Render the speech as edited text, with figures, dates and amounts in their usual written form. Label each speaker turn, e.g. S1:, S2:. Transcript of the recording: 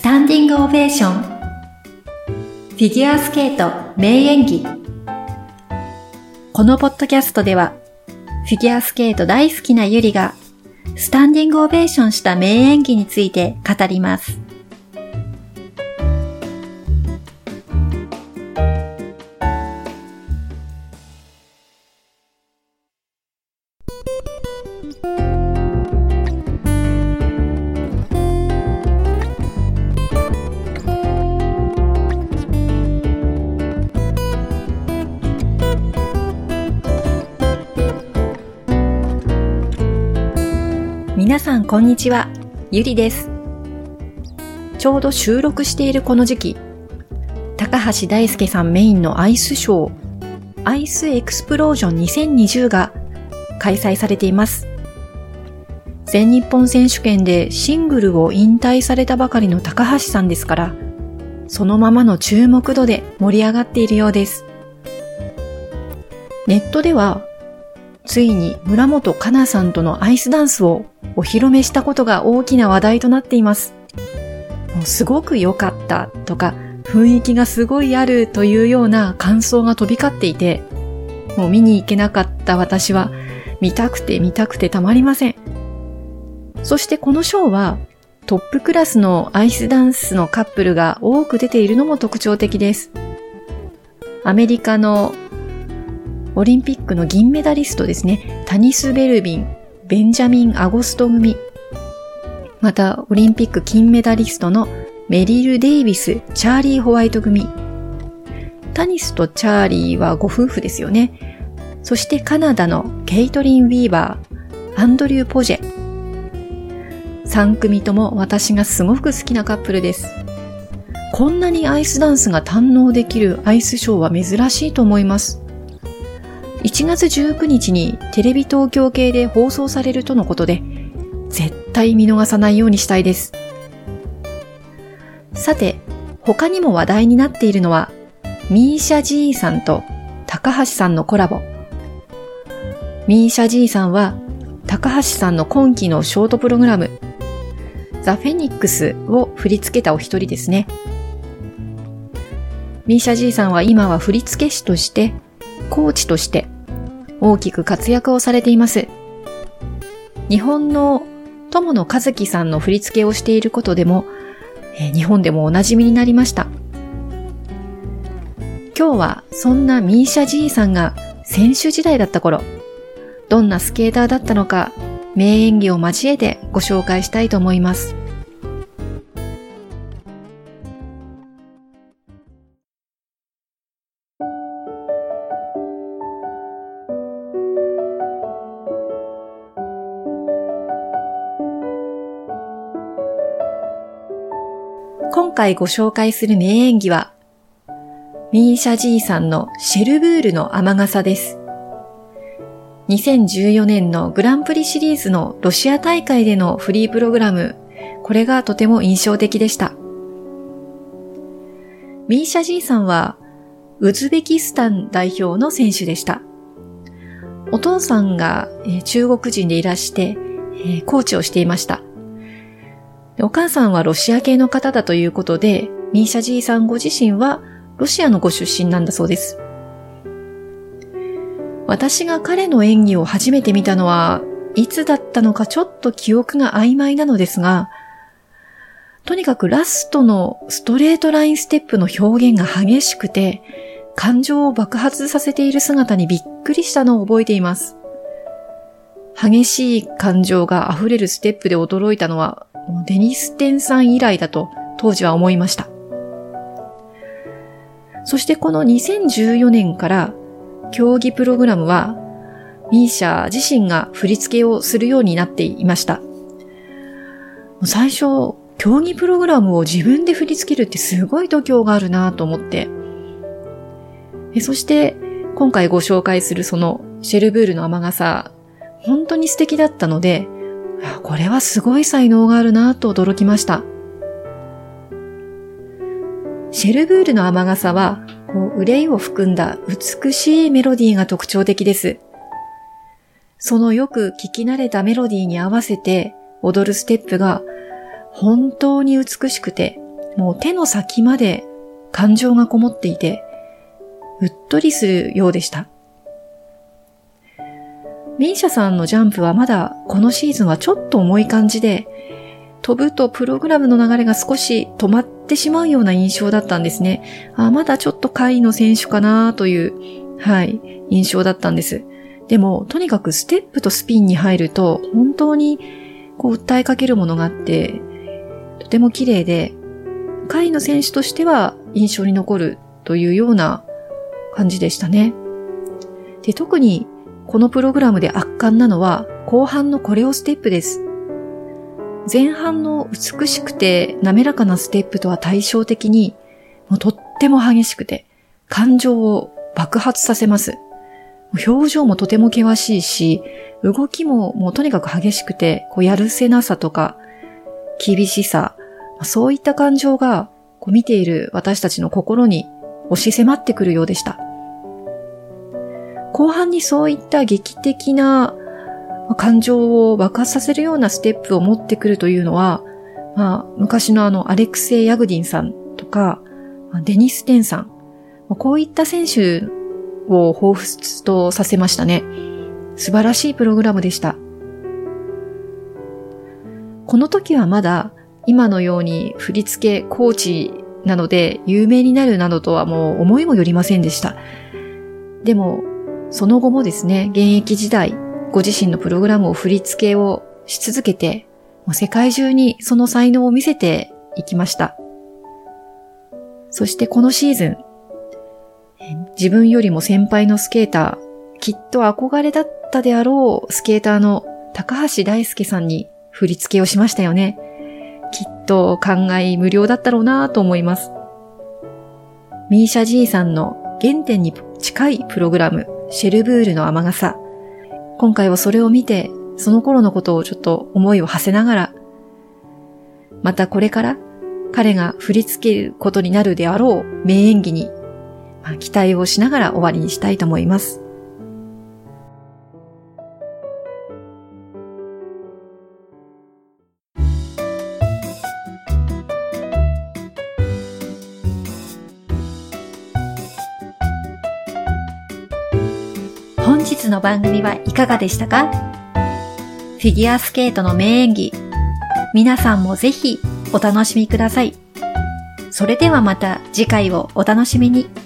S1: スタンディングオベーション。フィギュアスケート名演技。このポッドキャストでは、フィギュアスケート大好きなゆりが、スタンディングオベーションした名演技について語ります。皆さんこんにちは、ゆりです。ちょうど収録しているこの時期、高橋大輔さんメインのアイスショー、アイスエクスプロージョン2020が開催されています。全日本選手権でシングルを引退されたばかりの高橋さんですから、そのままの注目度で盛り上がっているようです。ネットでは、ついに村本哉中さんとのアイスダンスをお披露目したことが大きな話題となっています。もうすごく良かったとか、雰囲気がすごいあるというような感想が飛び交っていて、もう見に行けなかった私は見たくてたまりません。そしてこのショーはトップクラスのアイスダンスのカップルが多く出ているのも特徴的です。アメリカのオリンピックの銀メダリストですね、タニス・ベルビン、ベンジャミン・アゴスト組。また、オリンピック金メダリストのメリル・デイビス、チャーリー・ホワイト組。タニスとチャーリーはご夫婦ですよね。そしてカナダのケイトリン・ウィーバー、アンドリュー・ポジェ。3組とも私がすごく好きなカップルです。こんなにアイスダンスが堪能できるアイスショーは珍しいと思います。1月19日にテレビ東京系で放送されるとのことで、絶対見逃さないようにしたいです。さて、他にも話題になっているのは、ミーシャ・ジーさんと高橋さんのコラボ。ミーシャ・ジーさんは、高橋さんの今期のショートプログラム、ザ・フェニックスを振り付けたお一人ですね。ミーシャ・ジーさんは今は振付師として、コーチとして大きく活躍をされています。日本の友野一希さんの振り付けをしていることでも、日本でもおなじみになりました。今日はそんなミーシャ・ジーさんが選手時代だった頃、どんなスケーターだったのか、名演技を交えてご紹介したいと思います。今回ご紹介する名演技は、ミーシャ・ジーさんのシェルブールの雨傘です。2014年のグランプリシリーズのロシア大会でのフリープログラム、これがとても印象的でした。ミーシャ・ジーさんは、ウズベキスタン代表の選手でした。お父さんが中国人でいらして、コーチをしていました。お母さんはロシア系の方だということで、ミーシャ・ジーさんご自身はロシアのご出身なんだそうです。私が彼の演技を初めて見たのはいつだったのかちょっと記憶が曖昧なのですが、とにかくラストのストレートラインステップの表現が激しくて、感情を爆発させている姿にびっくりしたのを覚えています。激しい感情が溢れるステップで驚いたのは、デニス・テンさん以来だと当時は思いました。そしてこの2014年から競技プログラムはミーシャ自身が振り付けをするようになっていました。最初、競技プログラムを自分で振り付けるってすごい度胸があるなと思って。そして今回ご紹介するそのシェルブールの雨傘、本当に素敵だったので、これはすごい才能があるなと驚きました。シェルブールの雨傘は、憂いを含んだ美しいメロディーが特徴的です。そのよく聞き慣れたメロディーに合わせて踊るステップが本当に美しくてもう手の先まで感情がこもっていて、うっとりするようでした。ミーシャさんのジャンプはまだこのシーズンはちょっと重い感じで、飛ぶとプログラムの流れが少し止まってしまうような印象だったんですね。まだちょっと下位の選手かなという、印象だったんです。でも、とにかくステップとスピンに入ると、本当に訴えかけるものがあって、とても綺麗で、下位の選手としては印象に残るというような感じでしたね。で、特にこのプログラムで圧巻なのは後半のコレオステップです。前半の美しくて滑らかなステップとは対照的に、もうとっても激しくて感情を爆発させます。表情もとても険しいし、動きももうとにかく激しくて、やるせなさとか厳しさ、そういった感情が見ている私たちの心に押し迫ってくるようでした。後半にそういった劇的な感情を爆発させるようなステップを持ってくるというのは、昔のアレクセイ・ヤグディンさんとか、デニス・テンさん、こういった選手を彷彿とさせましたね。素晴らしいプログラムでした。この時はまだ今のように振り付けコーチなので有名になるなどとはもう思いもよりませんでした。でもその後もですね、現役時代ご自身のプログラムを振り付けをし続けて、世界中にその才能を見せていきました。そしてこのシーズン、自分よりも先輩のスケーター、きっと憧れだったであろうスケーターの高橋大輔さんに振り付けをしましたよね。きっと感慨無量だったろうなと思います。ミーシャ G さんの原点に近いプログラム、シェルブールの雨傘。今回はそれを見て、その頃のことをちょっと思いを馳せながら、またこれから彼が振り付けることになるであろう名演技に、期待をしながら終わりにしたいと思います。本日の番組はいかがでしたか？フィギュアスケートの名演技、皆さんもぜひお楽しみください。それではまた次回をお楽しみに。